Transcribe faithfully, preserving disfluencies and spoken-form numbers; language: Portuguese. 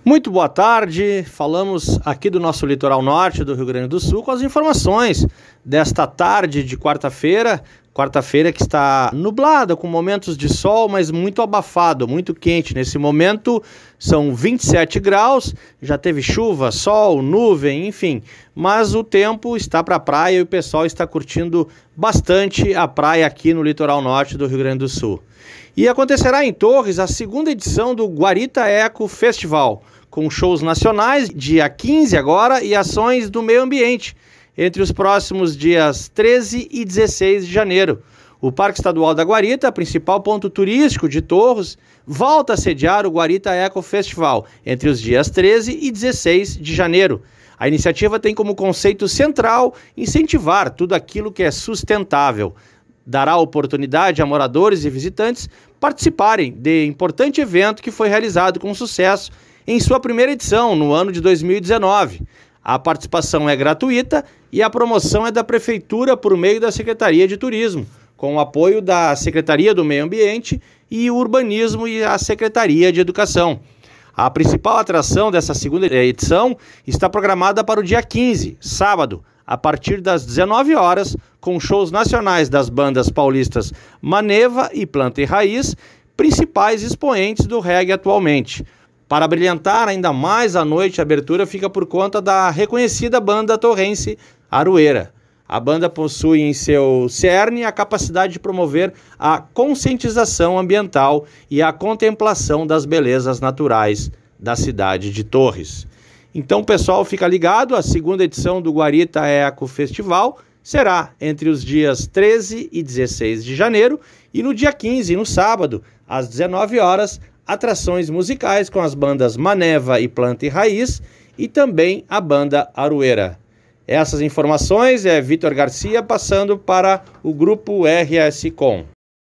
Muito boa tarde, falamos aqui do nosso litoral norte do Rio Grande do Sul com as informações desta tarde de quarta-feira, quarta-feira que está nublada com momentos de sol, mas muito abafado, muito quente. Nesse momento são vinte e sete graus, já teve chuva, sol, nuvem, enfim, mas o tempo está para a praia e o pessoal está curtindo bastante a praia aqui no litoral norte do Rio Grande do Sul. E acontecerá em Torres a segunda edição do Guarita Eco Festival, com shows nacionais, dia quinze agora, e ações do meio ambiente, entre os próximos dias treze e dezesseis de janeiro. O Parque Estadual da Guarita, principal ponto turístico de Torres, volta a sediar o Guarita Eco Festival, entre os dias treze e dezesseis de janeiro. A iniciativa tem como conceito central incentivar tudo aquilo que é sustentável. Dará oportunidade a moradores e visitantes participarem de importante evento que foi realizado com sucesso em sua primeira edição, no ano de dois mil e dezenove. A participação é gratuita e a promoção é da Prefeitura por meio da Secretaria de Turismo, com o apoio da Secretaria do Meio Ambiente e Urbanismo e a Secretaria de Educação. A principal atração dessa segunda edição está programada para o dia quinze, sábado, a partir das dezenove horas, com shows nacionais das bandas paulistas Maneva e Planta e Raiz, principais expoentes do reggae atualmente. Para brilhantar ainda mais a noite, a abertura fica por conta da reconhecida banda torrense Aroeira. A banda possui em seu cerne a capacidade de promover a conscientização ambiental e a contemplação das belezas naturais da cidade de Torres. Então, pessoal, fica ligado, a segunda edição do Guarita Eco Festival será entre os dias treze e dezesseis de janeiro e no dia quinze, no sábado, às dezenove horas, atrações musicais com as bandas Maneva e Planta e Raiz e também a banda Aroeira. Essas informações é Vitor Garcia passando para o Grupo R S Com.